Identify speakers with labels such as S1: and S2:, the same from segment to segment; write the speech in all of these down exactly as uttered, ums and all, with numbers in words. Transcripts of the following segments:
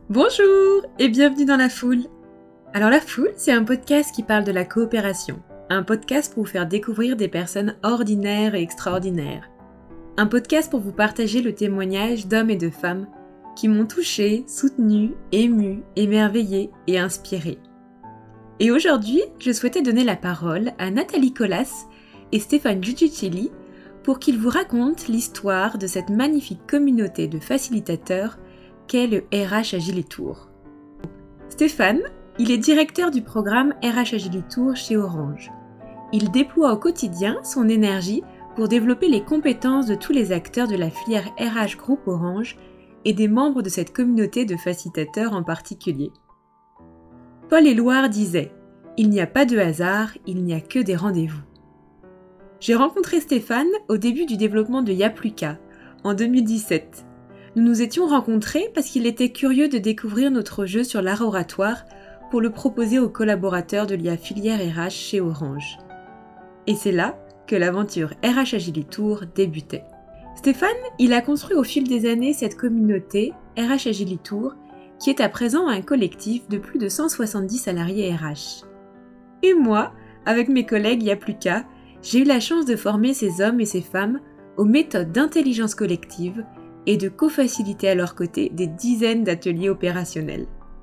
S1: Bonjour et bienvenue dans La Foule. Alors La Foule, c'est un podcast qui parle de la coopération. Un podcast pour vous faire découvrir des personnes ordinaires et extraordinaires. Un podcast pour vous partager le témoignage d'hommes et de femmes qui m'ont touché, soutenu, ému, émerveillé et inspiré. Et aujourd'hui, je souhaitais donner la parole à Nathalie Colas et Stéphane Giudicelli pour qu'ils vous racontent l'histoire de cette magnifique communauté de facilitateurs qu'est le R H Agilitour. Stéphane, il est directeur du programme R H Agilitour chez Orange. Il déploie au quotidien son énergie pour développer les compétences de tous les acteurs de la filière R H Group Orange et des membres de cette communauté de facilitateurs en particulier. Paul Éluard disait « Il n'y a pas de hasard, il n'y a que des rendez-vous ». J'ai rencontré Stéphane au début du développement de Y'a plus qu'à, en deux mille dix-sept. Nous nous étions rencontrés parce qu'il était curieux de découvrir notre jeu sur l'art oratoire pour le proposer aux collaborateurs de la filière R H chez Orange. Et c'est là que l'aventure R H Agilitour débutait. Stéphane, il a construit au fil des années cette communauté R H Agilitour qui est à présent un collectif de plus de cent soixante-dix salariés R H. Et moi, avec mes collègues Y'a plus qu'à, j'ai eu la chance de former ces hommes et ces femmes aux méthodes d'intelligence collective et de co-faciliter à leur côté des dizaines d'ateliers opérationnels.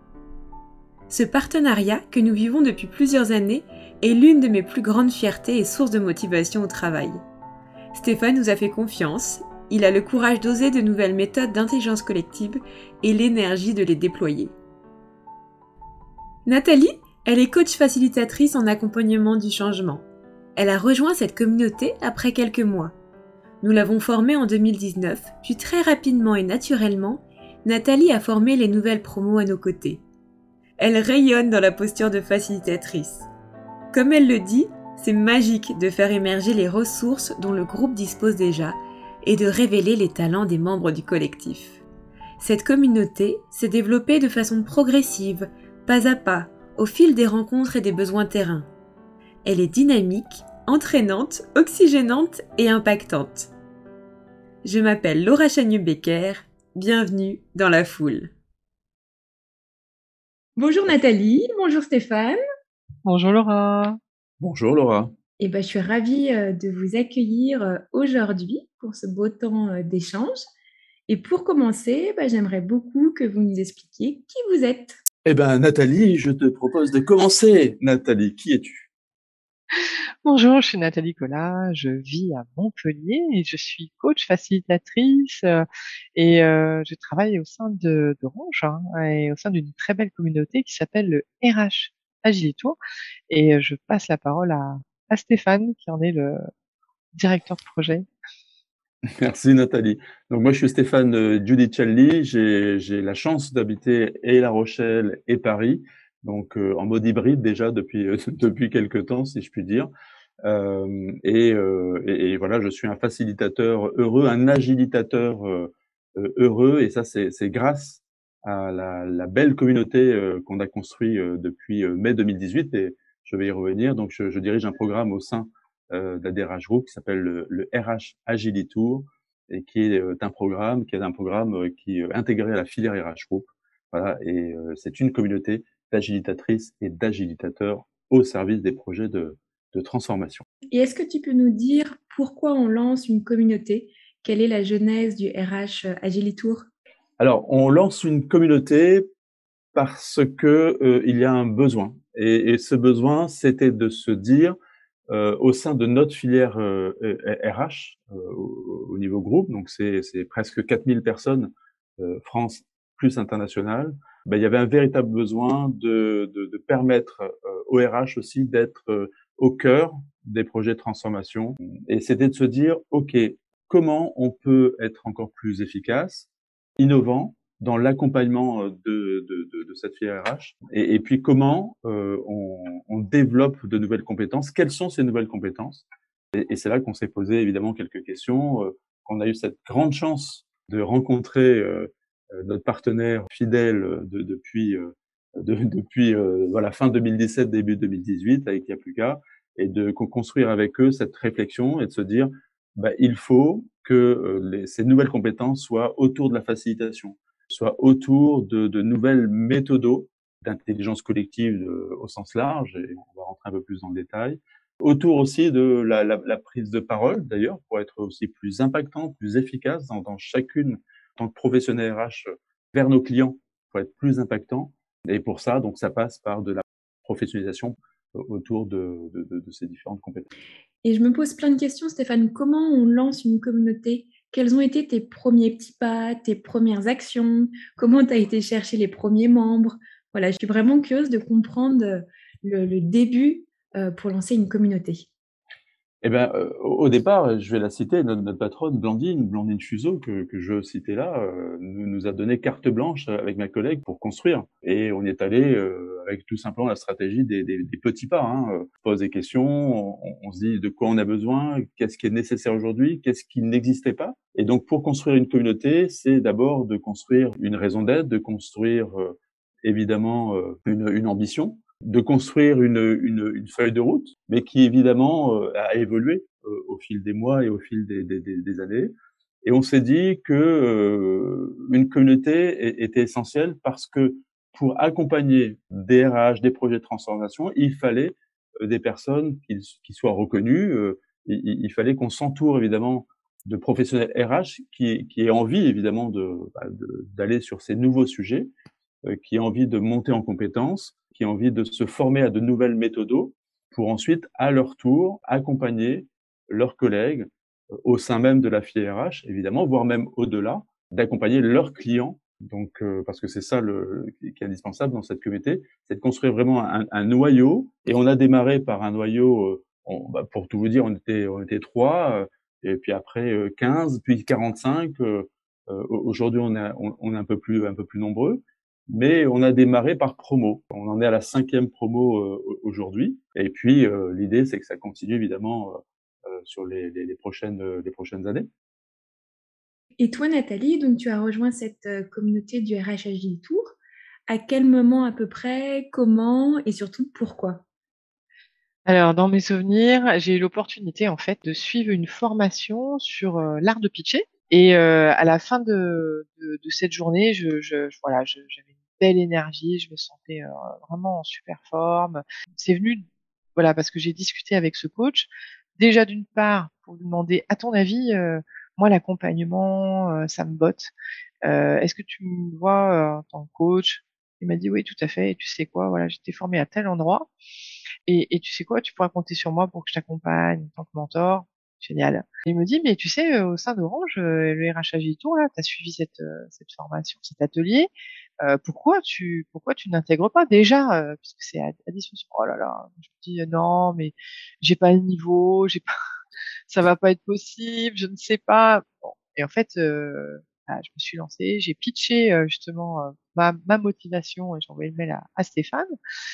S1: Ce partenariat que nous vivons depuis plusieurs années est l'une de mes plus grandes fiertés et source de motivation au travail. Stéphane nous a fait confiance, il a le courage d'oser de nouvelles méthodes d'intelligence collective et l'énergie de les déployer. Nathalie, elle est coach facilitatrice en accompagnement du changement. Elle a rejoint cette communauté après quelques mois. Nous l'avons formée en deux mille dix-neuf, puis très rapidement et naturellement, Nathalie a formé les nouvelles promos à nos côtés. Elle rayonne dans la posture de facilitatrice. Comme elle le dit, c'est magique de faire émerger les ressources dont le groupe dispose déjà et de révéler les talents des membres du collectif. Cette communauté s'est développée de façon progressive, pas à pas, au fil des rencontres et des besoins terrain. Elle est dynamique, entraînante, oxygénante et impactante. Je m'appelle Laura Chagnon-Becker, bienvenue dans La Foule. Bonjour Nathalie, bonjour Stéphane.
S2: Bonjour Laura.
S3: Bonjour Laura.
S1: Et ben, je suis ravie de vous accueillir aujourd'hui pour ce beau temps d'échange. Et pour commencer, ben, j'aimerais beaucoup que vous nous expliquiez qui vous êtes.
S3: Eh bien Nathalie, je te propose de commencer. Nathalie, qui es-tu ?
S2: Bonjour, je suis Nathalie Colas, je vis à Montpellier et je suis coach facilitatrice euh, et euh, je travaille au sein de d'Orange hein, et au sein d'une très belle communauté qui s'appelle le R H Agilitour et je passe la parole à, à Stéphane qui en est le directeur de projet.
S3: Merci Nathalie. Donc moi je suis Stéphane Giudicelli, j'ai j'ai la chance d'habiter et La Rochelle et Paris, donc euh, en mode hybride déjà depuis euh, depuis quelques temps si je puis dire. Euh, et, euh, et, et voilà, je suis un facilitateur heureux, un agilitateur euh, euh, heureux, et ça c'est c'est grâce à la, la belle communauté euh, qu'on a construit euh, depuis euh, mai deux mille dix-huit, et je vais y revenir. Donc je, je dirige un programme au sein euh, de la D R H Group qui s'appelle le, le R H Agilitour et qui est euh, un programme qui est un programme euh, qui est intégré à la filière R H Group. Voilà, et euh, c'est une communauté d'agilitatrices et d'agilitateurs au service des projets de de transformation.
S1: Et est-ce que tu peux nous dire pourquoi on lance une communauté ? Quelle est la genèse du R H Agilitour ?
S3: Alors, on lance une communauté parce que euh, il y a un besoin. Et, et ce besoin, c'était de se dire, euh, au sein de notre filière euh, R H, euh, au, au niveau groupe, donc c'est, c'est presque quatre mille personnes, euh, France plus international, ben, il y avait un véritable besoin de, de, de permettre euh, au R H aussi d'être euh, au cœur des projets de transformation. Et c'était de se dire, OK, comment on peut être encore plus efficace, innovant dans l'accompagnement de, de, de, de cette filière R H, et, et puis comment euh, on, on développe de nouvelles compétences, quelles sont ces nouvelles compétences, et, et c'est là qu'on s'est posé évidemment quelques questions, euh, qu'on a eu cette grande chance de rencontrer euh, notre partenaire fidèle de, depuis euh, de, depuis euh, voilà fin deux mille dix-sept, début deux mille dix-huit avec Y'a plus qu'à, et de construire avec eux cette réflexion et de se dire bah, il faut que euh, les, ces nouvelles compétences soient autour de la facilitation. soit autour de, de nouvelles méthodos d'intelligence collective de, au sens large, et on va rentrer un peu plus dans le détail, autour aussi de la, la, la prise de parole, d'ailleurs, pour être aussi plus impactant, plus efficace dans, dans chacune, en tant que professionnel R H, vers nos clients, pour être plus impactant. Et pour ça, donc, ça passe par de la professionnalisation autour de, de, de, de ces différentes compétences.
S1: Et je me pose plein de questions, Stéphane. Comment on lance une communauté? Quels ont été tes premiers petits pas, tes premières actions? Comment tu as été chercher les premiers membres? Voilà, je suis vraiment curieuse de comprendre le, le début euh, pour lancer une communauté.
S3: Eh ben, euh, au départ, je vais la citer, notre, notre patronne, Blandine, Blandine Fuseau, que, que je citais là, euh, nous, nous a donné carte blanche avec ma collègue pour construire. Et on est allé euh, avec tout simplement la stratégie des, des, des petits pas. Hein. On pose des questions, on, on se dit de quoi on a besoin, qu'est-ce qui est nécessaire aujourd'hui, qu'est-ce qui n'existait pas. Et donc, pour construire une communauté, c'est d'abord de construire une raison d'être, de construire euh, évidemment euh, une, une ambition, de construire une, une, une feuille de route, mais qui évidemment euh, a évolué euh, au fil des mois et au fil des, des, des années. Et on s'est dit que euh, une communauté était essentielle parce que pour accompagner des R H, des projets de transformation, il fallait euh, des personnes qui, qui soient reconnues. Euh, il, il fallait qu'on s'entoure évidemment de professionnels R H qui, qui aient envie évidemment de, de, d'aller sur ces nouveaux sujets, euh, qui aient envie de monter en compétences, qui ont envie de se former à de nouvelles méthodos pour ensuite, à leur tour, accompagner leurs collègues euh, au sein même de la filière R H, évidemment, voire même au-delà, d'accompagner leurs clients. Donc, euh, parce que c'est ça le, qui est indispensable dans cette communauté, c'est de construire vraiment un, un noyau. Et on a démarré par un noyau, euh, on, bah, pour tout vous dire, on était, on était trois, euh, et puis après euh, quinze, puis quarante-cinq. Euh, euh, aujourd'hui, on est, on, on est un peu plus, un peu plus nombreux. Mais on a démarré par promo. On en est à la cinquième promo euh, aujourd'hui. Et puis, euh, l'idée, c'est que ça continue évidemment euh, euh, sur les, les, les, prochaines, euh, les prochaines années.
S1: Et toi, Nathalie, donc tu as rejoint cette euh, communauté du R H Agile Tour. À quel moment à peu près, comment et surtout pourquoi?
S2: Alors, dans mes souvenirs, j'ai eu l'opportunité en fait de suivre une formation sur euh, l'art de pitcher. Et euh, à la fin de, de, de cette journée, je, je, je- voilà, je- j'avais une belle énergie, je me sentais euh, vraiment en super forme. C'est venu, voilà, parce que j'ai discuté avec ce coach. Déjà d'une part pour lui demander, à ton avis, euh, moi l'accompagnement, euh, ça me botte. Euh, est-ce que tu me vois euh, en tant que coach? Il m'a dit oui, tout à fait. Et tu sais quoi, voilà, j'étais formée à tel endroit. Et, et tu sais quoi, tu pourras compter sur moi pour que je t'accompagne en tant que mentor. Génial. Et il me dit, mais tu sais, euh, au sein d'Orange, euh, le R H Agito, là, tu as suivi cette, euh, cette formation, cet atelier. Euh, pourquoi tu pourquoi tu n'intègres pas déjà, euh, puisque c'est à, à disposition. Oh là là, je me dis, euh, non, mais j'ai pas le niveau, j'ai pas, ça va pas être possible, je ne sais pas. Bon. Et en fait, euh, bah, je me suis lancée, j'ai pitché euh, justement euh, ma, ma motivation et j'ai envoyé le mail à, à Stéphane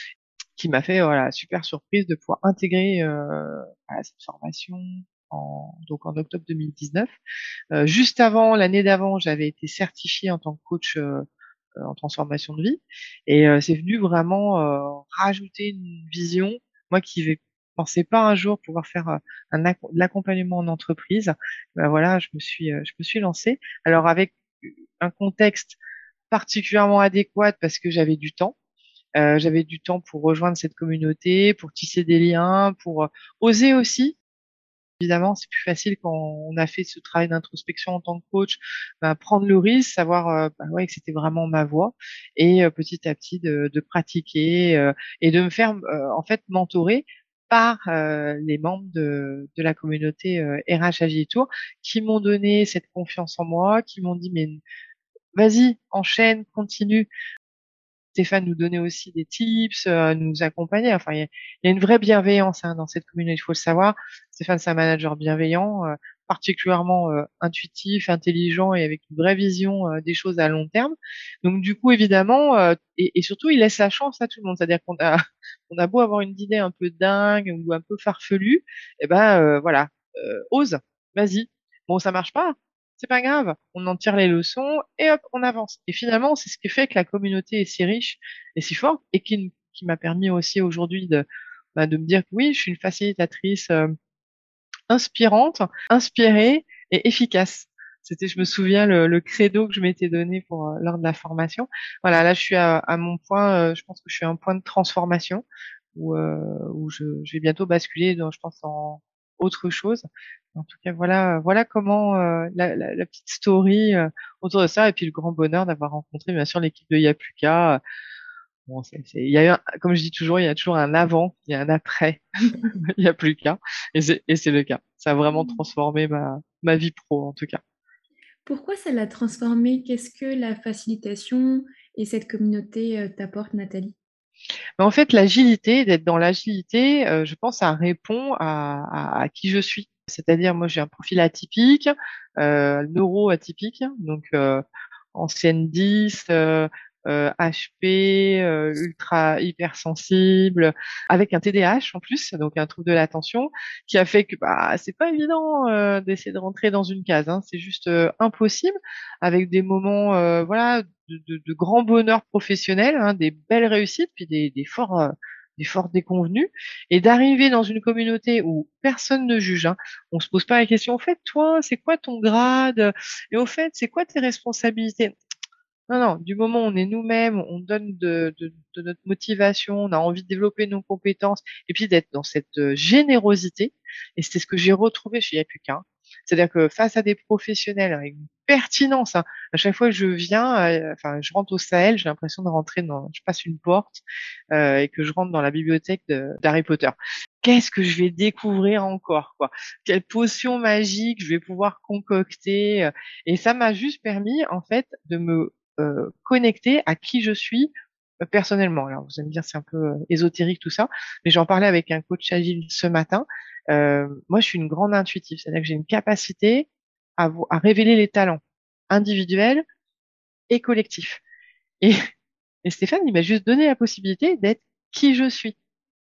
S2: qui m'a fait voilà super surprise de pouvoir intégrer euh, à cette formation en, donc en octobre deux mille dix-neuf. Euh, juste avant, l'année d'avant, j'avais été certifiée en tant que coach euh, euh, en transformation de vie et euh, c'est venu vraiment euh, rajouter une vision. Moi qui ne pensais pas un jour pouvoir faire euh, un ac- de l'accompagnement en entreprise, ben voilà, je me suis euh, je me suis lancée. Alors avec un contexte particulièrement adéquat parce que j'avais du temps. Euh, j'avais du temps pour rejoindre cette communauté, pour tisser des liens, pour euh, oser aussi. Évidemment, c'est plus facile quand on a fait ce travail d'introspection en tant que coach, bah, prendre le risque, savoir euh, bah, ouais, que c'était vraiment ma voie, et euh, petit à petit de, de pratiquer euh, et de me faire euh, en fait mentorer par euh, les membres de, de la communauté euh, R H Agitour qui m'ont donné cette confiance en moi, qui m'ont dit mais vas-y, enchaîne, continue. Stéphane nous donnait aussi des tips, euh, nous accompagnait. Enfin, il y a, il y a une vraie bienveillance hein, dans cette communauté, il faut le savoir. Stéphane, c'est un manager bienveillant, euh, particulièrement euh, intuitif, intelligent et avec une vraie vision euh, des choses à long terme. Donc, du coup, évidemment, euh, et, et surtout, il laisse la chance à tout le monde. C'est-à-dire qu'on a, on a beau avoir une idée un peu dingue ou un peu farfelue, et ben euh, voilà, euh, ose, vas-y. Bon, ça marche pas, c'est pas grave, on en tire les leçons et hop, on avance. Et finalement, c'est ce qui fait que la communauté est si riche et si forte et qui, qui m'a permis aussi aujourd'hui de, bah, de me dire que oui, je suis une facilitatrice euh, inspirante, inspirée et efficace. C'était, je me souviens, le, le credo que je m'étais donné pour euh, lors de la formation. Voilà, là, je suis à, à mon point. Euh, je pense que je suis à un point de transformation où, euh, où je, je vais bientôt basculer dans, je pense, en autre chose. En tout cas, voilà, voilà comment euh, la, la, la petite story euh, autour de ça, et puis le grand bonheur d'avoir rencontré, bien sûr, l'équipe de Yapuka. Bon, c'est, c'est, il y a eu un- comme je dis toujours, il y a toujours un avant, il y a un après, il y a plus qu'un, et c'est, et c'est le cas. Ça a vraiment transformé ma, ma vie pro, en tout cas.
S1: Pourquoi ça l'a transformé? Qu'est-ce que la facilitation et cette communauté euh, t'apporte, Nathalie?
S2: Mais en fait, l'agilité, d'être dans l'agilité, euh, je pense, ça répond à, à, à qui je suis. C'est-à-dire, moi, j'ai un profil atypique, euh, neuro-atypique, donc euh, ancienne dix, euh, euh, H P, euh, ultra hypersensible, avec un T D A H en plus, donc un trouble de l'attention, qui a fait que bah c'est pas évident euh, d'essayer de rentrer dans une case, hein, c'est juste euh, impossible, avec des moments euh, voilà de, de, de grand bonheur professionnel, hein, des belles réussites, puis des, des forts euh, des forts déconvenus, et d'arriver dans une communauté où personne ne juge, hein, on se pose pas la question, au fait, toi, c'est quoi ton grade? Et au fait, c'est quoi tes responsabilités? Non, non, du moment où on est nous-mêmes, on donne de, de, de notre motivation, on a envie de développer nos compétences, et puis d'être dans cette euh, générosité. Et c'est ce que j'ai retrouvé chez Yapuka. C'est-à-dire que face à des professionnels avec une pertinence, hein, à chaque fois que je viens, euh, enfin, je rentre au Sahel, j'ai l'impression de rentrer dans, je passe une porte euh, et que je rentre dans la bibliothèque de- d'Harry Potter. Qu'est-ce que je vais découvrir encore, quoi? Quelle potion magique je vais pouvoir concocter? euh, Et ça m'a juste permis, en fait, de me euh, connecter à qui je suis euh, personnellement. Alors, vous allez me dire, c'est un peu euh, ésotérique tout ça, mais j'en parlais avec un coach agile ce matin. Euh, moi, je suis une grande intuitive, c'est-à-dire que j'ai une capacité à, vo- à révéler les talents individuels et collectifs. Et, et Stéphane, il m'a juste donné la possibilité d'être qui je suis.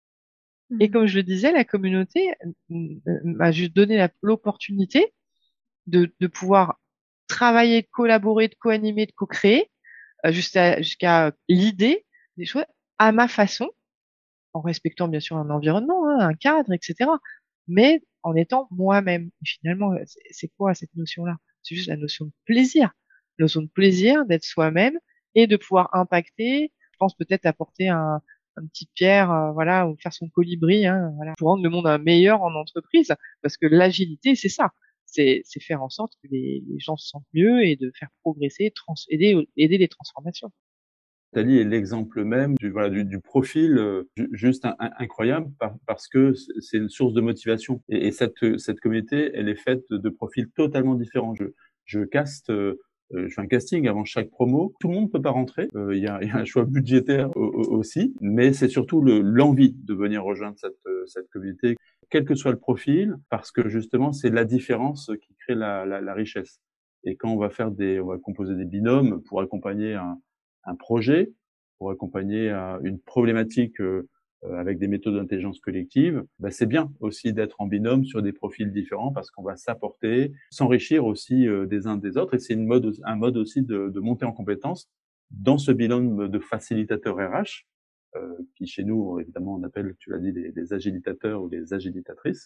S2: Et
S1: Mhm.
S2: comme je le disais, la communauté euh, m'a juste donné la- l'opportunité de, de pouvoir travailler, de collaborer, de co-animer, de co-créer, euh, jusqu'à jusqu'à l'idée des choses à ma façon, en respectant bien sûr un environnement, hein, un cadre, et cetera. Mais en étant moi-même. Et finalement, c'est c'est quoi cette notion-là? C'est juste la notion de plaisir. La notion de plaisir d'être soi-même et de pouvoir impacter, je pense peut-être apporter un, une petite pierre, euh, voilà, ou faire son colibri, hein, voilà, pour rendre le monde un meilleur en entreprise. Parce que l'agilité, c'est ça. C'est c'est faire en sorte que les, les gens se sentent mieux et de faire progresser, trans aider, aider les transformations.
S3: Nathalie est l'exemple même du, voilà, du, du profil euh, ju- juste un- un- incroyable par- parce que c'est c'est une source de motivation. Et, et cette, cette communauté, elle est faite de, de profils totalement différents. Je, je caste, euh, euh, je fais un casting avant chaque promo. Tout le monde ne peut pas rentrer. Euh, Il y, a, il y a un choix budgétaire au- au- aussi, mais c'est surtout le- l'envie de venir rejoindre cette, euh, cette communauté, quel que soit le profil, parce que justement, c'est la différence qui crée la, la, la richesse. Et quand on va faire des, on va composer des binômes pour accompagner un un projet pour accompagner euh, une problématique euh, euh, avec des méthodes d'intelligence collective, bah, c'est bien aussi d'être en binôme sur des profils différents parce qu'on va s'apporter, s'enrichir aussi euh, des uns des autres et c'est une mode, un mode aussi de, de monter en compétences dans ce binôme de facilitateurs R H euh, qui chez nous évidemment on appelle, tu l'as dit, les, les agilitateurs ou les agilitatrices.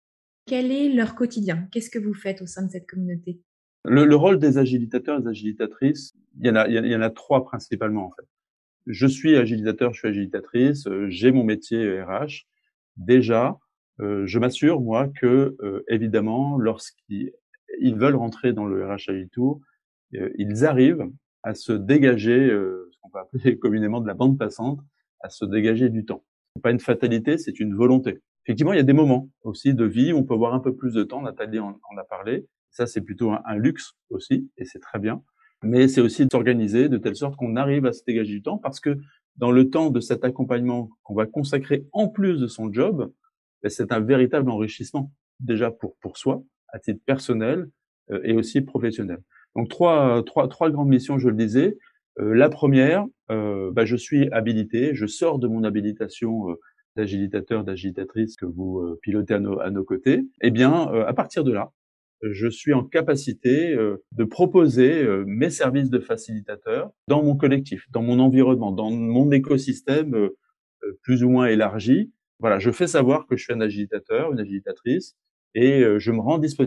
S1: Quel est leur quotidien? Qu'est-ce que vous faites au sein de cette communauté?
S3: Le, le rôle des agitateurs et des agilitatrices, il y en a, il y en a trois principalement en fait. Je suis agilitateur, je suis agilitatrice, euh, j'ai mon métier R H. Déjà, euh, je m'assure, moi, que, euh, évidemment, lorsqu'ils ils veulent rentrer dans le R H Agile Tour, euh, ils arrivent à se dégager, euh, ce qu'on peut appeler communément de la bande passante, à se dégager du temps. C'est pas une fatalité, c'est une volonté. Effectivement, il y a des moments aussi de vie où on peut avoir un peu plus de temps. Nathalie en, en a parlé. Ça, c'est plutôt un, un luxe aussi, et c'est très bien. Mais c'est aussi de s'organiser de telle sorte qu'on arrive à se dégager du temps parce que dans le temps de cet accompagnement qu'on va consacrer en plus de son job, ben, c'est un véritable enrichissement déjà pour, pour soi, à titre personnel euh, et aussi professionnel. Donc trois, trois, trois grandes missions, je le disais. Euh, la première, euh, ben, je suis habilité, je sors de mon habilitation euh, d'agilitateur, d'agilitatrice que vous euh, pilotez à nos, à nos côtés. Eh bien, euh, à partir de là, je suis en capacité euh, de proposer euh, mes services de facilitateur dans mon collectif, dans mon environnement, dans mon écosystème euh, euh, plus ou moins élargi. Voilà, je fais savoir que je suis un agitateur, une agitatrice, et euh, je me rends disponible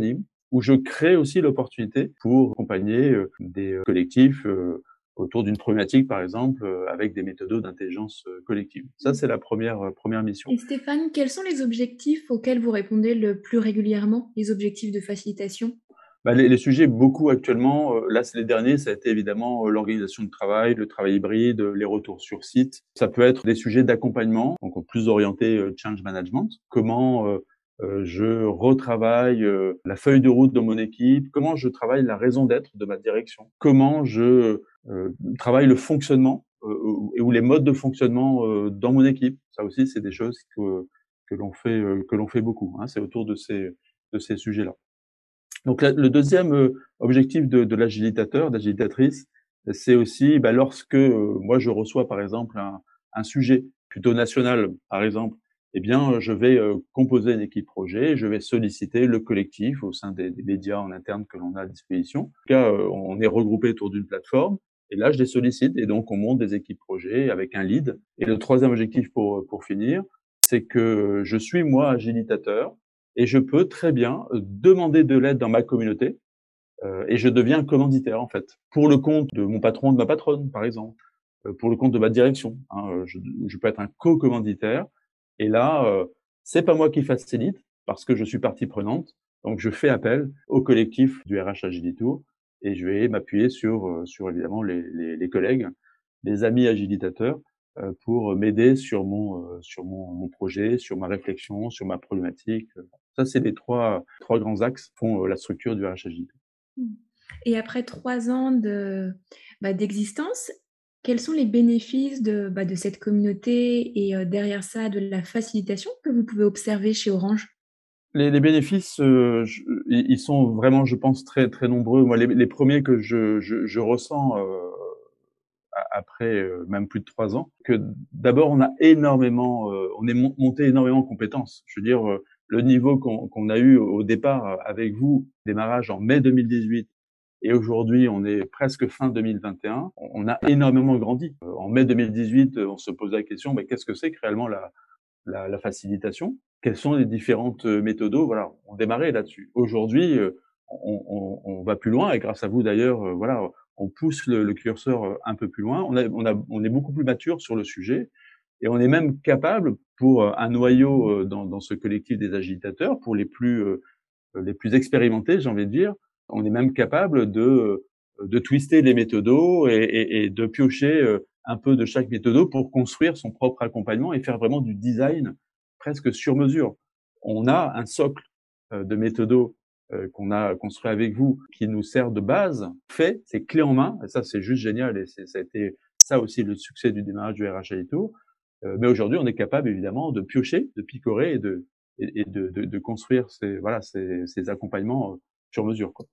S3: où je crée aussi l'opportunité pour accompagner euh, des euh, collectifs euh, autour d'une problématique, par exemple, euh, avec des méthodos d'intelligence euh, collective. Ça, c'est la première, euh, première mission.
S1: Et Stéphane, quels sont les objectifs auxquels vous répondez le plus régulièrement, les objectifs de facilitation?
S3: Bah, les, les sujets beaucoup actuellement, euh, là c'est les derniers, ça a été évidemment euh, l'organisation de travail, le travail hybride, euh, les retours sur site. Ça peut être des sujets d'accompagnement, donc plus orientés euh, change management. Comment euh, euh, je retravaille euh, la feuille de route de mon équipe, comment je travaille la raison d'être de ma direction, comment je euh, travaille le fonctionnement euh, ou, ou les modes de fonctionnement euh, dans mon équipe. Ça aussi, c'est des choses que que l'on fait euh, que l'on fait beaucoup. Hein. C'est autour de ces de ces sujets-là. Donc la, le deuxième euh, objectif de, de l'agilitateur, d'agilitatrice, c'est aussi bah, lorsque euh, moi je reçois par exemple un, un sujet plutôt national, par exemple, eh bien je vais euh, composer une équipe projet, je vais solliciter le collectif au sein des, des médias en interne que l'on a à disposition. En tout cas, euh, on est regroupé autour d'une plateforme. Et là, je les sollicite et donc on monte des équipes projets avec un lead. Et le troisième objectif pour pour finir, c'est que je suis moi agilitateur et je peux très bien euh, demander de l'aide dans ma communauté euh, et je deviens commanditaire en fait pour le compte de mon patron, de ma patronne par exemple, euh, pour le compte de ma direction. Hein, euh, je, je peux être un co-commanditaire et là euh, c'est pas moi qui facilite parce que je suis partie prenante, donc je fais appel au collectif du R H Agilitour et je vais m'appuyer sur euh, sur évidemment les, les, les collègues, les amis agilitateurs euh, pour m'aider sur mon euh, sur mon, mon projet, sur ma réflexion, sur ma problématique. Ça, c'est les trois trois grands axes qui font euh, la structure du R H Agilitour.
S1: Mmh. Et après trois ans de, bah, d'existence, quels sont les bénéfices de, bah, de cette communauté et heu, derrière ça, de la facilitation que vous pouvez observer chez Orange?
S3: Les, les bénéfices, euh, je- ils ils sont vraiment, je pense, très très nombreux. Moi, les, les premiers que je je, je ressens euh, a- après euh, même plus de trois ans, que d'abord on a énormément, euh, on est mon- monté énormément en compétences. Je veux dire, euh, le niveau qu'on qu'on a eu au départ euh, avec vous, démarrage en mai deux mille dix-huit, et aujourd'hui on est presque fin deux mille vingt et un, on on a énormément grandi. Euh, En mai deux mille dix-huit, euh, on se posait la question, mais qu'est-ce que c'est que réellement la, la, la facilitation? Quelles sont les différentes euh, méthodos? Voilà, on démarrait là-dessus. Aujourd'hui, euh, on, on, on va plus loin, et grâce à vous d'ailleurs, euh, voilà, on pousse le, le curseur euh, un peu plus loin. On, a, on, a, on est beaucoup plus mature sur le sujet, et on est même capable, pour euh, un noyau euh, dans, dans ce collectif des agitateurs, pour les plus euh, les plus expérimentés, j'ai envie de dire, on est même capable de de twister les méthodos et, et, et de piocher euh, un peu de chaque méthodo pour construire son propre accompagnement et faire vraiment du design presque sur mesure. On a un socle euh, de méthodos euh, qu'on a construit avec vous qui nous sert de base, fait, c'est clé en main, et ça c'est juste génial et c'est, ça a été ça aussi le succès du démarrage du R H Alito. Euh, mais aujourd'hui, on est capable évidemment de piocher, de picorer et de et, et de, de, de construire ces voilà ces, ces accompagnements euh, sur mesure, quoi.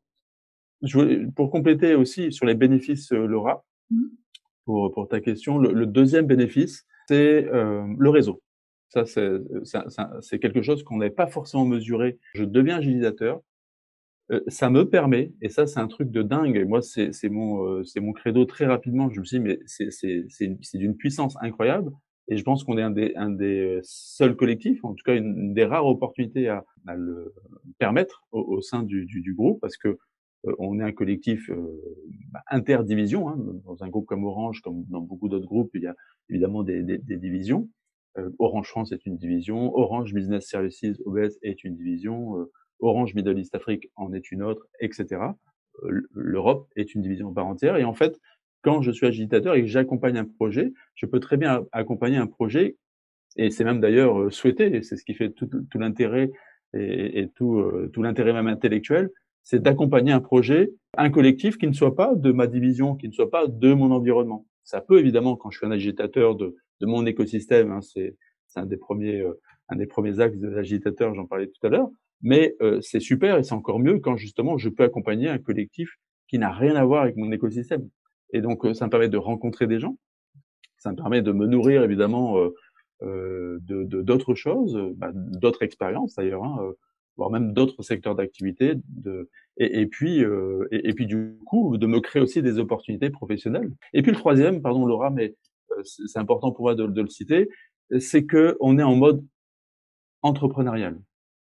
S3: Je voulais, pour compléter aussi sur les bénéfices, euh, Laura,
S1: Mmh.
S3: pour, pour ta question, le, le deuxième bénéfice, c'est euh, le réseau. Ça, c'est, c'est, c'est quelque chose qu'on n'avait pas forcément mesuré. Je deviens agilisateur. Euh, ça me permet, et ça, c'est un truc de dingue. Et moi, c'est, c'est mon, euh, c'est mon credo très rapidement. Je me suis dit, mais c'est, c'est, c'est, c'est d'une puissance incroyable. Et je pense qu'on est un des, un des seuls collectifs, en tout cas une, une des rares opportunités à, à le permettre au, au sein du, du, du groupe, parce que euh, on est un collectif euh, bah, interdivision. Hein, dans un groupe comme Orange, comme dans beaucoup d'autres groupes, il y a évidemment des, des, des divisions. Euh, Orange France est une division, Orange Business Services O B S est une division. Euh, Orange Middle East Afrique en est une autre, et cetera. L'Europe est une division par entière. Et en fait, quand je suis agitateur et que j'accompagne un projet, je peux très bien accompagner un projet, et c'est même d'ailleurs euh, souhaité, et c'est ce qui fait tout, tout l'intérêt et, et tout, euh, tout l'intérêt même intellectuel, c'est d'accompagner un projet, un collectif qui ne soit pas de ma division, qui ne soit pas de mon environnement. Ça peut évidemment, quand je suis un agitateur de, de mon écosystème, hein, c'est, c'est un des premiers, euh, un des premiers axes de l'agitateur, j'en parlais tout à l'heure, mais euh, c'est super et c'est encore mieux quand justement je peux accompagner un collectif qui n'a rien à voir avec mon écosystème. Et donc euh, ça me permet de rencontrer des gens, ça me permet de me nourrir évidemment euh, euh, de, de d'autres choses, bah, d'autres expériences d'ailleurs, hein, euh, voire même d'autres secteurs d'activité. De, et, et puis euh, et, et puis du coup de me créer aussi des opportunités professionnelles. Et puis le troisième, pardon Laura, mais euh, c'est, c'est important pour moi de, de le citer, c'est que on est en mode entrepreneurial.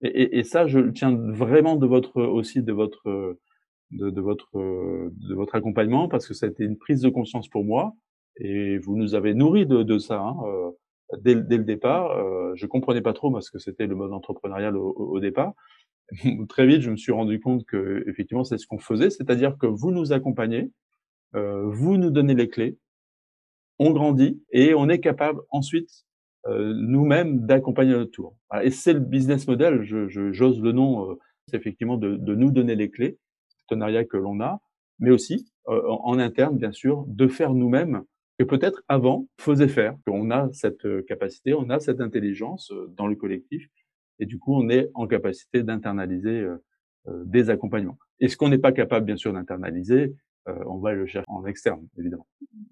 S3: Et, et, et ça, je le tiens vraiment de votre aussi de votre de, de votre de votre accompagnement parce que ça a été une prise de conscience pour moi et vous nous avez nourris de, de ça hein, euh, dès, dès le départ. Euh, je comprenais pas trop moi ce que c'était le mode entrepreneurial au, au départ. Très vite, je me suis rendu compte que effectivement c'est ce qu'on faisait, c'est-à-dire que vous nous accompagnez, euh, vous nous donnez les clés, on grandit et on est capable ensuite euh, nous-mêmes d'accompagner à notre tour. Voilà. Et c'est le business model, je, je, j'ose le nom, euh, c'est effectivement de, de nous donner les clés, partenariat que l'on a, mais aussi euh, en, en interne, bien sûr, de faire nous-mêmes que peut-être avant faisait faire, qu'on a cette euh, capacité, on a cette intelligence euh, dans le collectif, et du coup, on est en capacité d'internaliser euh, euh, des accompagnements. Et ce qu'on n'est pas capable, bien sûr, d'internaliser, euh, on va le chercher en externe, évidemment.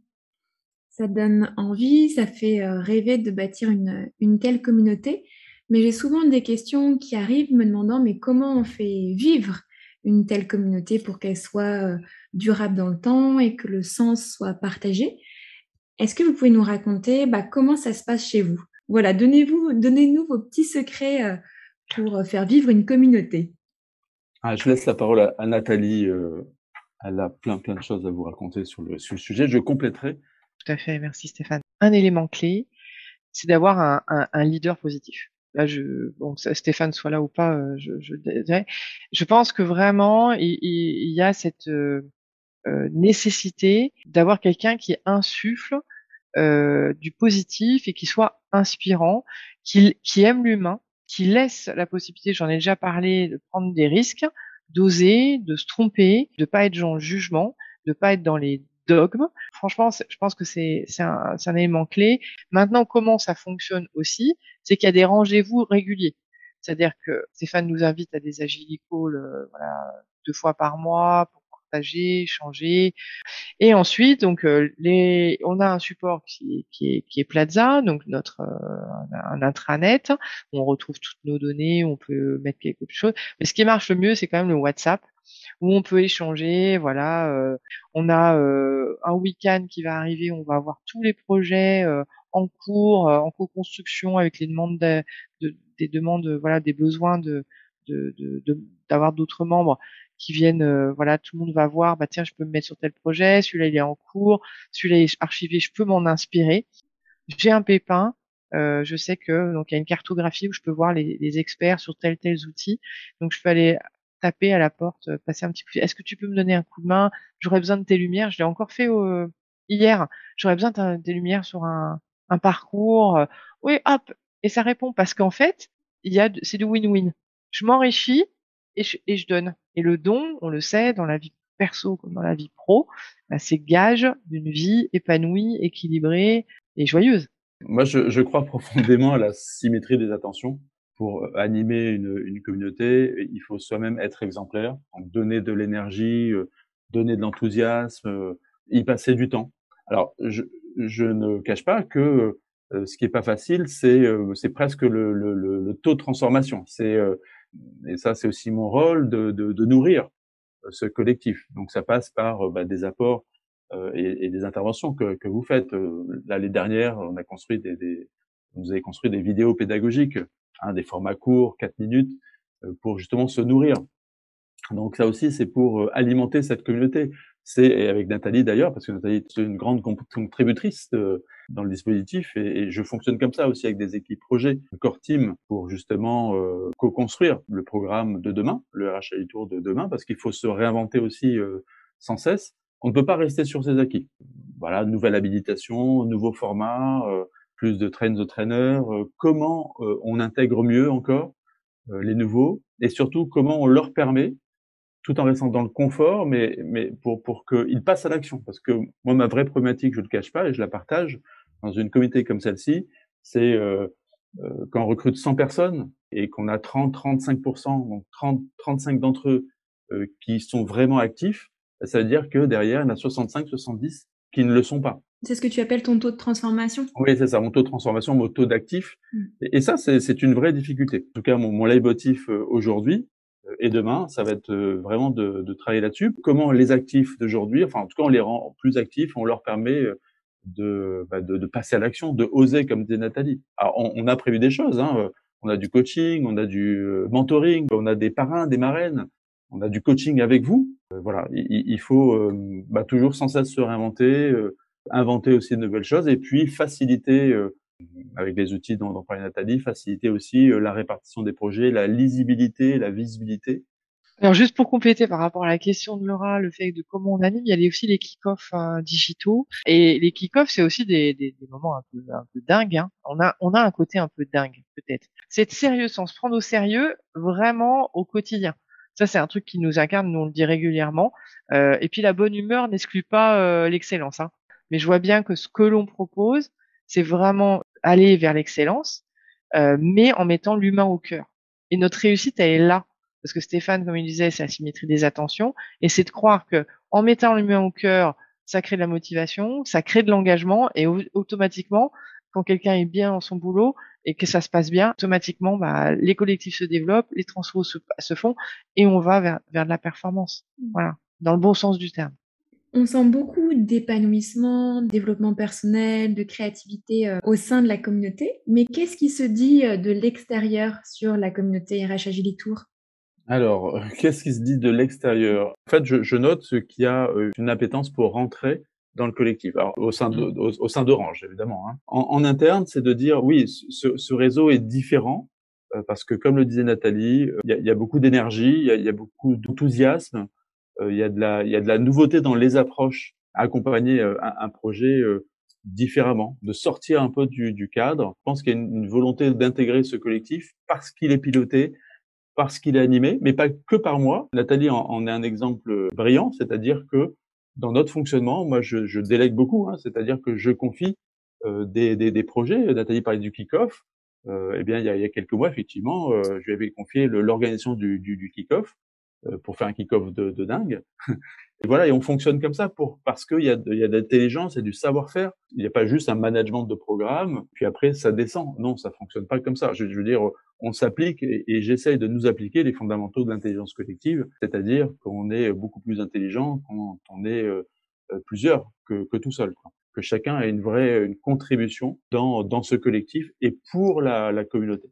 S1: Ça donne envie, ça fait euh, rêver de bâtir une, une telle communauté. Mais j'ai souvent des questions qui arrivent me demandant mais comment on fait vivre une telle communauté pour qu'elle soit euh, durable dans le temps et que le sens soit partagé. Est-ce que vous pouvez nous raconter bah, comment ça se passe chez vous? Voilà, donnez-vous, donnez-nous vos petits secrets euh, pour euh, faire vivre une communauté.
S3: Ah, je laisse la parole à, à Nathalie. Euh, elle a plein plein de choses à vous raconter sur le, sur le sujet. Je compléterai.
S2: Tout à fait, merci Stéphane. Un élément clé, c'est d'avoir un, un, un leader positif. Là, je, bon, que Stéphane soit là ou pas, euh, je, je dirais. Je pense que vraiment, il, il, il y a cette euh, euh, nécessité d'avoir quelqu'un qui insuffle euh, du positif et qui soit inspirant, qui, qui aime l'humain, qui laisse la possibilité, j'en ai déjà parlé, de prendre des risques, d'oser, de se tromper, de pas être dans le jugement, de pas être dans les dogmes. Franchement, je pense que c'est c'est un, c'est un élément clé. Maintenant, comment ça fonctionne aussi, c'est qu'il y a des rendez-vous réguliers. C'est-à-dire que Stéphane nous invite à des agile calls, euh, voilà, deux fois par mois pour partager, échanger. Et ensuite, donc euh, les, on a un support qui, qui, est, qui est Plaza, donc notre euh, un intranet. Où on retrouve toutes nos données, on peut mettre quelque chose. Mais ce qui marche le mieux, c'est quand même le WhatsApp, où on peut échanger. Voilà, euh, on a euh, un week-end qui va arriver, on va avoir tous les projets euh, en cours, euh, en co-construction avec les demandes de, de, des demandes, voilà, des besoins de de, de, de d'avoir d'autres membres qui viennent, euh, voilà, tout le monde va voir, bah tiens, je peux me mettre sur tel projet, celui-là il est en cours, celui-là est archivé, je peux m'en inspirer. J'ai un pépin, euh, je sais que donc il y a une cartographie où je peux voir les, les experts sur tel tel outil, donc je peux aller taper à la porte, euh, passer un petit coup de fil. Est-ce que tu peux me donner un coup de main? J'aurais besoin de tes lumières. Je l'ai encore fait euh, hier. J'aurais besoin de tes lumières sur un, un parcours. Euh, oui, hop, et ça répond parce qu'en fait, il y a, c'est du win-win. Je m'enrichis et je, et je donne. Et le don, on le sait, dans la vie perso comme dans la vie pro, bah, c'est gage d'une vie épanouie, équilibrée et joyeuse.
S3: Moi, je, je crois profondément à la symétrie des attentions. Pour animer une, une communauté, il faut soi-même être exemplaire, donc donner de l'énergie, euh, donner de l'enthousiasme, euh, y passer du temps. Alors, je, je ne cache pas que euh, ce qui est pas facile, c'est euh, c'est presque le, le, le, le taux de transformation. C'est euh, et ça, c'est aussi mon rôle de, de, de nourrir ce collectif. Donc, ça passe par euh, bah, des apports euh, et, et des interventions que, que vous faites. Euh, L'année dernière, on a construit des, des vous avez construit des vidéos pédagogiques, hein, des formats courts, quatre minutes, euh, pour justement se nourrir. Donc ça aussi, c'est pour euh, alimenter cette communauté. C'est et avec Nathalie d'ailleurs, parce que Nathalie est une grande contributrice de, dans le dispositif, et, et je fonctionne comme ça aussi avec des équipes projets, le core team, pour justement euh, co-construire le programme de demain, le R H I Tour de demain, parce qu'il faut se réinventer aussi euh, sans cesse. On ne peut pas rester sur ses acquis. Voilà, nouvelle habilitation, nouveau format, euh, plus de train de traîneurs. Euh, comment euh, on intègre mieux encore euh, les nouveaux, et surtout comment on leur permet tout en restant dans le confort, mais, mais pour, pour qu'ils passent à l'action. Parce que moi, ma vraie problématique, je ne le cache pas, et je la partage, dans une communauté comme celle-ci, c'est euh, euh, quand on recrute cent personnes et qu'on a trente à trente-cinq pour cent, donc trente à trente-cinq d'entre eux euh, qui sont vraiment actifs, ça veut dire que derrière, il y en a soixante-cinq à soixante-dix qui ne le sont pas.
S1: C'est ce que tu appelles ton taux de transformation?
S3: Oui, c'est ça, mon taux de transformation, mon taux d'actifs. Mmh. Et, et ça, c'est, c'est une vraie difficulté. En tout cas, mon, mon leitmotiv euh, aujourd'hui, et demain, ça va être vraiment de, de travailler là-dessus. Comment les actifs d'aujourd'hui, enfin en tout cas on les rend plus actifs, on leur permet de, bah, de, de passer à l'action, de oser, comme disait Nathalie. Alors on, on a prévu des choses, hein. on a du coaching, on a du euh, mentoring, on a des parrains, des marraines, on a du coaching avec vous. Euh, voilà, il, il faut euh, bah, toujours sans cesse se réinventer, euh, inventer aussi de nouvelles choses et puis faciliter, euh, avec les outils dont, dont parlait Nathalie, faciliter aussi euh, la répartition des projets, la lisibilité, la visibilité.
S2: Alors juste pour compléter par rapport à la question de Laura, le fait de comment on anime, il y a aussi les kick-offs euh, digitaux. Et les kick-offs, c'est aussi des, des, des moments un peu, un peu dingues. Hein. On a, on a un côté un peu dingue, peut-être. C'est être sérieux sans se prendre au sérieux, vraiment au quotidien. Ça, c'est un truc qui nous incarne, nous on le dit régulièrement. Euh, et puis la bonne humeur n'exclut pas euh, l'excellence. Hein. Mais je vois bien que ce que l'on propose, c'est vraiment aller vers l'excellence, euh, mais en mettant l'humain au cœur. Et notre réussite, elle est là. Parce que Stéphane, comme il disait, c'est la symétrie des attentions. Et c'est de croire que en mettant l'humain au cœur, ça crée de la motivation, ça crée de l'engagement. Et au- automatiquement, quand quelqu'un est bien dans son boulot et que ça se passe bien, automatiquement, bah, les collectifs se développent, les transferts se, se font et on va vers, vers de la performance. Voilà. Dans le bon sens du terme.
S1: On sent beaucoup d'épanouissement, de développement personnel, de créativité euh, au sein de la communauté. Mais qu'est-ce qui se dit euh, de l'extérieur sur la communauté R H Agile Tour?
S3: Alors, euh, qu'est-ce qui se dit de l'extérieur? En fait, je, je note qu'il y a euh, une appétence pour rentrer dans le collectif, alors, au sein de, au, au sein d'Orange, évidemment. Hein. En, en interne, c'est de dire, oui, ce, ce réseau est différent, euh, parce que, comme le disait Nathalie, euh, il y, a, il y a beaucoup d'énergie, il y a, il y a beaucoup d'enthousiasme, euh, il y a de la, il y a de la nouveauté dans les approches à accompagner euh, un, un projet euh, différemment, de sortir un peu du, du cadre. Je pense qu'il y a une, une volonté d'intégrer ce collectif parce qu'il est piloté, parce qu'il est animé, mais pas que par moi. Nathalie en, en est un exemple brillant, c'est-à-dire que dans notre fonctionnement, moi, je, je délègue beaucoup, hein, c'est-à-dire que je confie euh, des, des, des projets. Nathalie parlait du kick-off. Euh, eh bien, il y, a, il y a quelques mois, effectivement, euh, je lui avais confié le, l'organisation du, du, du kick-off euh, pour faire un kick-off de, de dingue. Et voilà, et on fonctionne comme ça pour parce qu'il y a de, il y a de l'intelligence et du savoir-faire. Il n'y a pas juste un management de programme, puis après ça descend. Non, ça fonctionne pas comme ça. Je, je veux dire, on s'applique et, et j'essaye de nous appliquer les fondamentaux de l'intelligence collective, c'est-à-dire qu'on est beaucoup plus intelligent quand on est euh, plusieurs que, que tout seul, quoi. Que chacun a une vraie une contribution dans dans ce collectif et pour la, la communauté.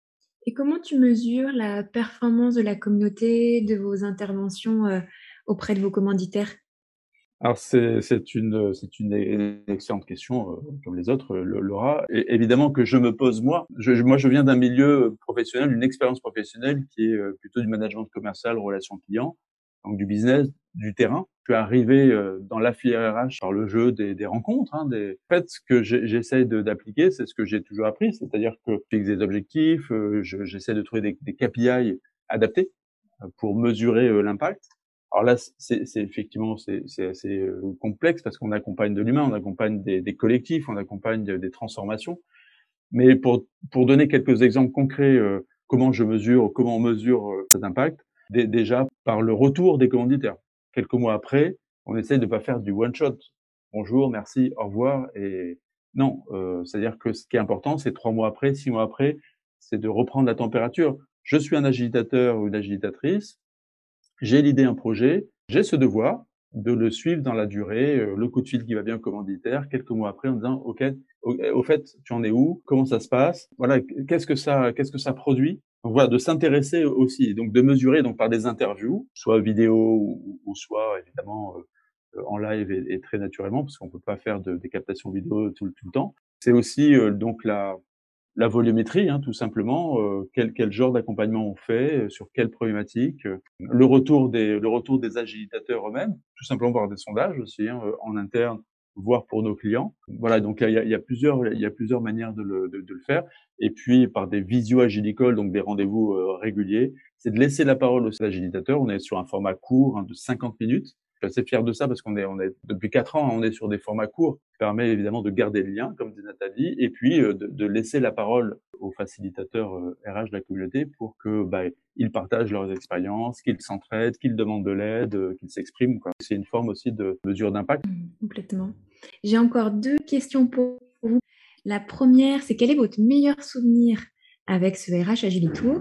S1: Et comment tu mesures la performance de la communauté, de vos interventions euh, auprès de vos commanditaires?
S3: Alors c'est c'est une c'est une excellente question, euh, comme les autres, euh, Laura. Et évidemment que je me pose moi. Je, moi, je viens d'un milieu professionnel, d'une expérience professionnelle qui est euh, plutôt du management commercial, relations clients, donc du business, du terrain. Je suis arrivé euh, dans la filière R H par le jeu des, des rencontres. Hein, des... En fait, ce que j'ai- j'essaye de- d'appliquer, c'est ce que j'ai toujours appris, c'est-à-dire que je fixe des objectifs, euh, je- j'essaie de trouver des, des K P I adaptés euh, pour mesurer euh, l'impact. Alors là, c'est, c'est effectivement c'est, c'est assez euh, complexe parce qu'on accompagne de l'humain, on accompagne des, des collectifs, on accompagne des transformations. Mais pour pour donner quelques exemples concrets, euh, comment je mesure, comment on mesure euh, cet impact, dé, déjà par le retour des commanditaires. Quelques mois après, on essaye de pas faire du one shot. Bonjour, merci, au revoir et non. Euh, c'est-à-dire que ce qui est important, c'est trois mois après, six mois après, c'est de reprendre la température. Je suis un agitateur ou une agitatrice. J'ai l'idée, un projet, j'ai ce devoir de le suivre dans la durée, euh, le coup de fil qui va bien au commanditaire, quelques mois après en disant, OK, au, au fait, tu en es où? Comment ça se passe? Voilà, qu'est-ce que ça, qu'est-ce que ça produit? Donc voilà, de s'intéresser aussi, donc de mesurer donc par des interviews, soit vidéo ou, ou soit évidemment euh, en live et, et très naturellement, parce qu'on peut pas faire de, des captations vidéo tout, tout le temps. C'est aussi euh, donc la, la volumétrie, hein, tout simplement, euh, quel, quel genre d'accompagnement on fait, euh, sur quelle problématique, euh, le retour des, le retour des agitateurs eux-mêmes, tout simplement par des sondages aussi, hein, euh, en interne, voire pour nos clients. Voilà, donc il y a, il y a plusieurs, il y a plusieurs manières de le, de, de le faire. Et puis par des visio agilicoles, donc des rendez-vous euh, réguliers, c'est de laisser la parole aux agitateurs. On est sur un format court, hein, de cinquante minutes. Je suis assez fier de ça parce qu'on est, on est depuis quatre ans, on est sur des formats courts, qui permet évidemment de garder le lien, comme dit Nathalie, et puis euh, de, de laisser la parole aux facilitateurs euh, R H de la communauté pour que bah, ils partagent leurs expériences, qu'ils s'entraident, qu'ils demandent de l'aide, euh, qu'ils s'expriment, quoi. C'est une forme aussi de mesure d'impact.
S1: Mmh, complètement. J'ai encore deux questions pour vous. La première, c'est quel est votre meilleur souvenir avec ce R H Agile Tour?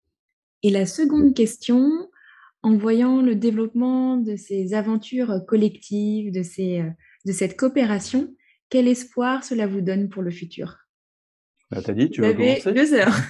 S1: Et la seconde question, en voyant le développement de ces aventures collectives, de, ces, euh, de cette coopération, quel espoir cela vous donne pour le futur?
S3: Nathalie, tu
S1: Vous
S3: veux
S1: avez
S3: commencer?
S1: deux heures.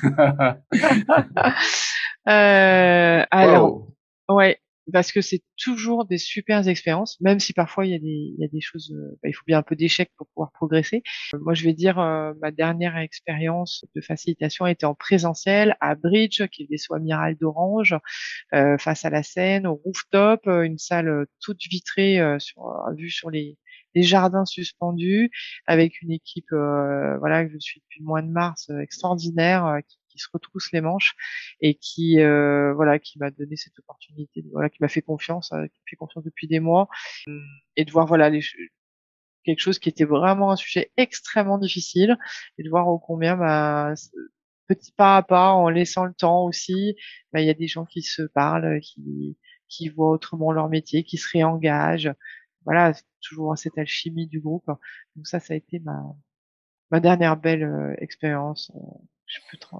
S2: Euh, alors,
S3: Waouh!
S2: ouais, parce que c'est toujours des super expériences, même si parfois il y a des, il y a des choses, euh, bah, il faut bien un peu d'échecs pour pouvoir progresser. Euh, Moi, je vais dire, euh, ma dernière expérience de facilitation était en présentiel à Bridge, qui est le vaisseau amiral d'Orange, euh, face à la Seine, au rooftop, euh, une salle euh, toute vitrée euh, sur, euh, vue sur les, les jardins suspendus, avec une équipe, euh, voilà, que je suis depuis le mois de mars, euh, extraordinaire, euh, qui, qui se retrousse les manches et qui, euh, voilà, qui m'a donné cette opportunité, voilà, qui m'a fait confiance, euh, qui me fait confiance depuis des mois, et de voir, voilà, les, quelque chose qui était vraiment un sujet extrêmement difficile, et de voir au combien, bah, petit pas à pas, en laissant le temps aussi, bah, il y a des gens qui se parlent, qui, qui voient autrement leur métier, qui se réengagent. Voilà, c'est toujours cette alchimie du groupe. Donc ça, ça a été ma, ma dernière belle euh, expérience. euh, que je peux te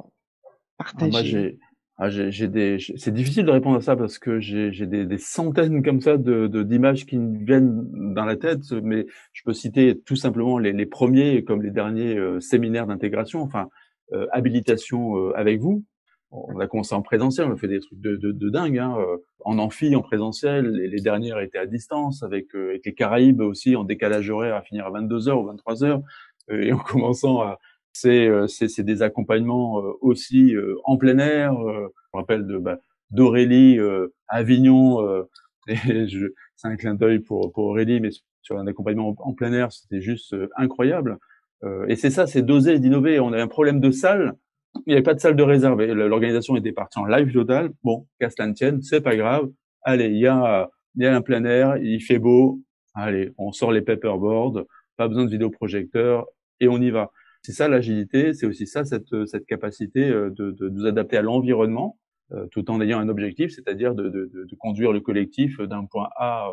S3: Ah, moi,
S2: partager.
S3: j'ai, ah, j'ai, j'ai des, j'ai- c'est difficile de répondre à ça parce que j'ai, j'ai des, des centaines comme ça de, de- d'images qui me viennent dans la tête, mais je peux citer tout simplement les, les premiers comme les derniers euh, séminaires d'intégration, enfin, euh, habilitation euh, avec vous. On a commencé en présentiel, on a fait des trucs de, de, de dingue, hein, euh, en amphi, en présentiel. Les, les dernières étaient à distance, avec, euh, avec les Caraïbes aussi, en décalage horaire, à finir à vingt-deux heures ou vingt-trois heures, euh, et en commençant à, c'est, euh, c'est, c'est des accompagnements euh, aussi euh, en plein air. Euh, je me rappelle de bah, d'Aurélie euh, à Avignon. Euh, et je, c'est un clin d'œil pour, pour Aurélie, mais sur un accompagnement en, en plein air, c'était juste euh, incroyable. Euh, et c'est ça, c'est d'oser et d'innover. On avait un problème de salle. Il n'y avait pas de salle de réserve. Et l'organisation était partie en live total. Bon, qu'à cela ne tienne, c'est pas grave. Allez, il y a, il y a un plein air, il fait beau. Allez, on sort les paperboards, pas besoin de vidéoprojecteur et on y va. C'est ça l'agilité, c'est aussi ça cette, cette capacité de, de, de nous adapter à l'environnement euh, tout en ayant un objectif, c'est-à-dire de, de, de conduire le collectif d'un point A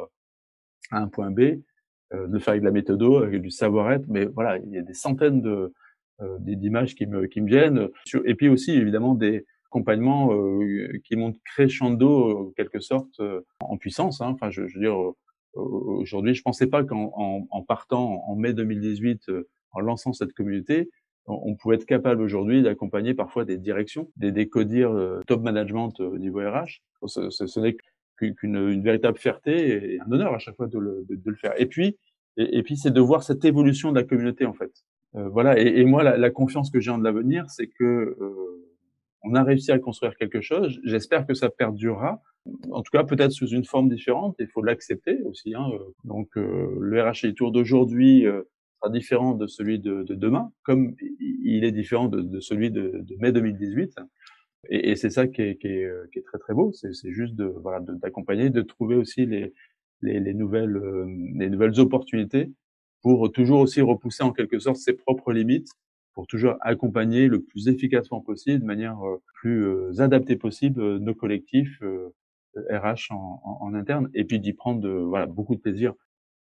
S3: à un point B, euh, de le faire avec de la méthodo, avec du savoir-être, mais voilà, il y a des centaines de, euh, d'images qui me, qui me viennent. Et puis aussi, évidemment, des accompagnements euh, qui montent crescendo, en quelque sorte, euh, en puissance. Hein. Enfin, je, je veux dire, euh, aujourd'hui, je pensais pas qu'en en, en partant en mai deux mille dix-huit, euh, en lançant cette communauté, on, on pouvait être capable aujourd'hui d'accompagner parfois des directions, des, des codir euh, top management au niveau R H. Ce, ce, ce n'est qu'une une véritable fierté et un honneur à chaque fois de le, de, de le faire. Et puis, et, et puis, c'est de voir cette évolution de la communauté en fait. Euh, voilà. Et, et moi, la, la confiance que j'ai en l'avenir, c'est que euh, on a réussi à construire quelque chose. J'espère que ça perdurera. En tout cas, peut-être sous une forme différente. Il faut l'accepter aussi. Hein. Donc, euh, le R H I Tour d'aujourd'hui euh, sera différent de celui de, de demain, comme il est différent de, de celui de, de mai deux mille dix-huit. Et, et c'est ça qui est, qui est, qui est très très beau. C'est, c'est juste de voilà de, d'accompagner, de trouver aussi les les, les nouvelles euh, les nouvelles opportunités pour toujours aussi repousser en quelque sorte ses propres limites, pour toujours accompagner le plus efficacement possible, de manière euh, plus euh, adaptée possible euh, nos collectifs euh, R H en, en, en interne, et puis d'y prendre de, voilà beaucoup de plaisir.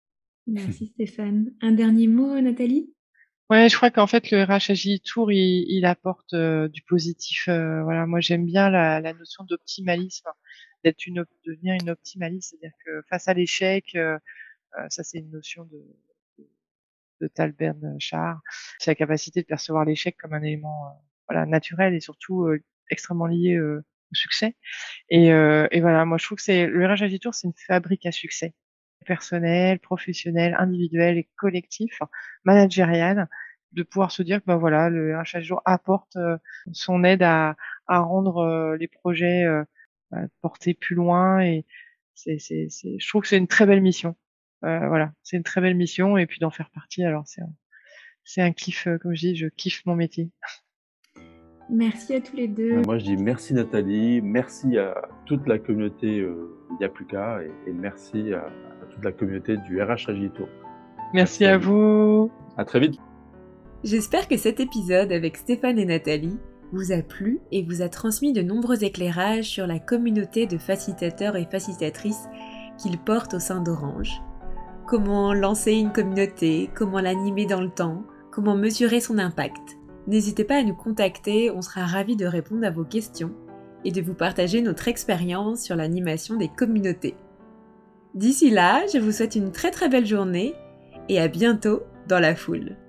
S1: Merci Stéphane. Un dernier mot, Nathalie?
S2: Ouais, je crois qu'en fait le R H Agile Tour il, il apporte euh, du positif. Euh, voilà, moi j'aime bien la, la notion d'optimalisme, d'être une op- devenir une optimaliste, c'est-à-dire que face à l'échec, euh, euh, ça c'est une notion de, de, de Tal Bernard, c'est la capacité de percevoir l'échec comme un élément euh, voilà naturel et surtout euh, extrêmement lié euh, au succès. Et, euh, et voilà, moi je trouve que c'est le R H Agile Tour, c'est une fabrique à succès personnel, professionnel, individuel et collectif, managérial, de pouvoir se dire que bah voilà, le R H chaque jour apporte euh, son aide à, à rendre euh, les projets euh, bah, portés plus loin et c'est, c'est, c'est, je trouve que c'est une très belle mission. Euh, voilà, c'est une très belle mission et puis d'en faire partie. Alors c'est un, c'est un kiff, euh, comme je dis, je kiffe mon métier.
S1: Merci à tous les deux.
S3: Moi, je dis merci Nathalie, merci à toute la communauté euh, Il n'y a plus qu'à, et, et merci à, à toute la communauté du R H Agile Tour.
S2: Merci, merci à vous.
S3: À très vite.
S1: J'espère que cet épisode avec Stéphane et Nathalie vous a plu et vous a transmis de nombreux éclairages sur la communauté de facilitateurs et facilitatrices qu'ils portent au sein d'Orange. Comment lancer une communauté, comment l'animer dans le temps, comment mesurer son impact. N'hésitez pas à nous contacter, on sera ravis de répondre à vos questions et de vous partager notre expérience sur l'animation des communautés. D'ici là, je vous souhaite une très très belle journée et à bientôt dans la foule.